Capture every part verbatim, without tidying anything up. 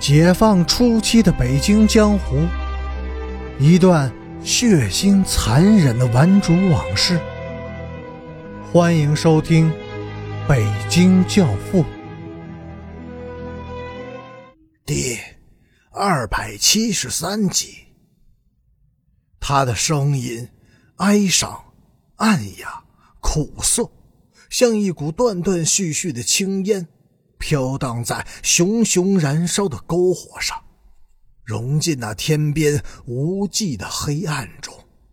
解放初期的北京江湖，一段血腥残忍的顽主往事。欢迎收听《北京教父》 第二百七十三集。他的声音哀伤、暗哑、苦涩，像一股断断续续的青烟，飘荡在熊熊燃烧的篝火上，融进那天边无际的黑暗中。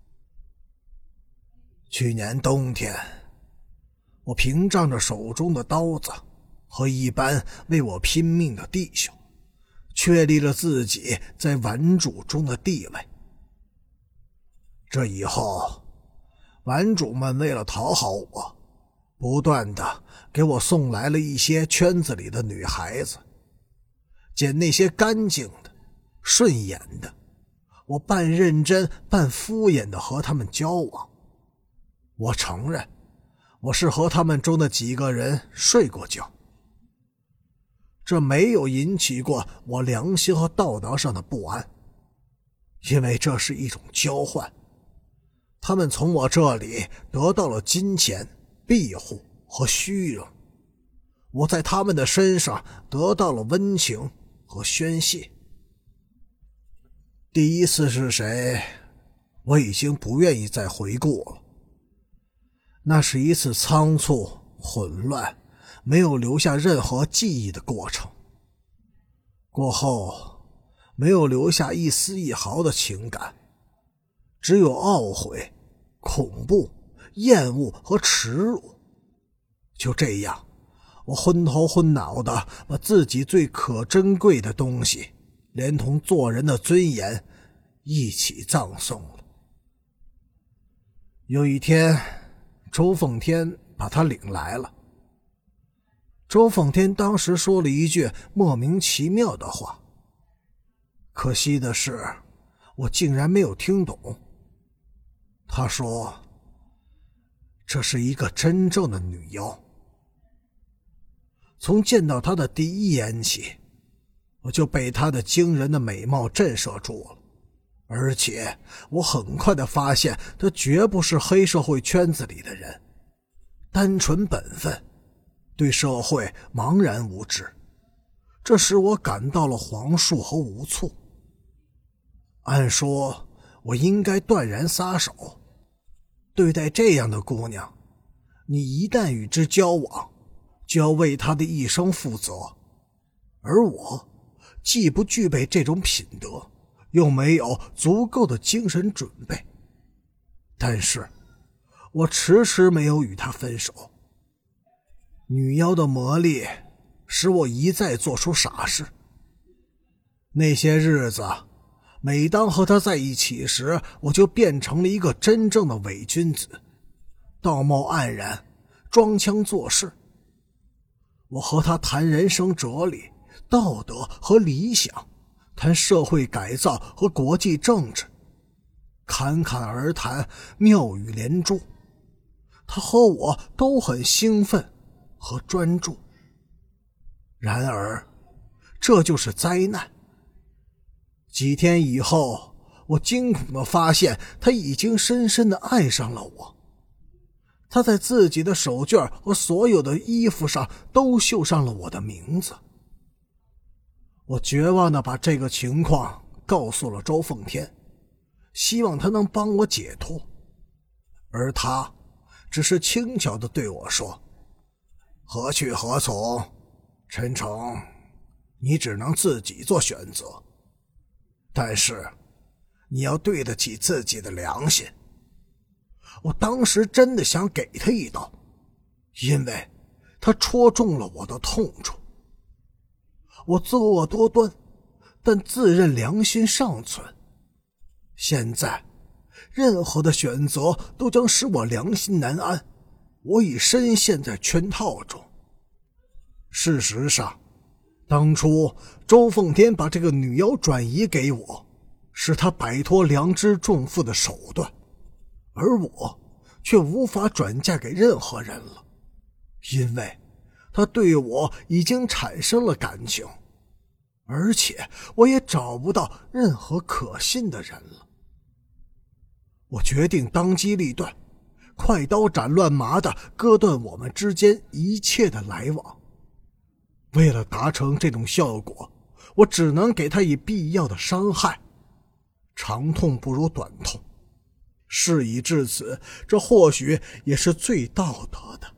去年冬天，我屏仗着手中的刀子和一般为我拼命的弟兄，确立了自己在顽主中的地位。这以后，顽主们为了讨好我，不断的给我送来了一些圈子里的女孩子，捡那些干净的、顺眼的，我半认真半敷衍的和他们交往。我承认，我是和他们中的几个人睡过觉，这没有引起过我良心和道德上的不安，因为这是一种交换。他们从我这里得到了金钱、庇护和虚荣，我在他们的身上得到了温情和宣泄。第一次是谁，我已经不愿意再回顾了。那是一次仓促、混乱，没有留下任何记忆的过程。过后，没有留下一丝一毫的情感，只有懊悔、恐怖、厌恶和耻辱。就这样，我昏头昏脑的把自己最可珍贵的东西，连同做人的尊严一起葬送了。有一天，周奉天把他领来了。周奉天当时说了一句莫名其妙的话，可惜的是，我竟然没有听懂。他说，这是一个真正的女妖。从见到她的第一眼起，我就被她的惊人的美貌震慑住了，而且我很快地发现她绝不是黑社会圈子里的人，单纯本分，对社会茫然无知，这使我感到了惶恕和无措。按说我应该断然撒手，对待这样的姑娘，你一旦与之交往，就要为她的一生负责，而我既不具备这种品德，又没有足够的精神准备。但是我迟迟没有与她分手。女妖的魔力使我一再做出傻事。那些日子，每当和她在一起时，我就变成了一个真正的伪君子，道貌岸然，装腔作势。我和她谈人生哲理、道德和理想，谈社会改造和国际政治，侃侃而谈，妙语连珠。她和我都很兴奋和专注。然而，这就是灾难。几天以后，我惊恐地发现他已经深深地爱上了我。他在自己的手绢和所有的衣服上都绣上了我的名字。我绝望地把这个情况告诉了周奉天，希望他能帮我解脱。而他只是轻巧地对我说，何去何从，陈诚，你只能自己做选择，但是你要对得起自己的良心。我当时真的想给他一刀，因为他戳中了我的痛处。我作恶多端，但自认良心尚存。现在任何的选择都将使我良心难安，我已深陷在圈套中。事实上，当初周奉天把这个女妖转移给我，是他摆脱良知重负的手段，而我却无法转嫁给任何人了，因为他对我已经产生了感情。 而且我也找不到任何可信的人了。我决定当机立断，快刀斩乱麻地割断我们之间一切的来往。为了达成这种效果，我只能给他以必要的伤害。长痛不如短痛，事已至此，这或许也是最道德的。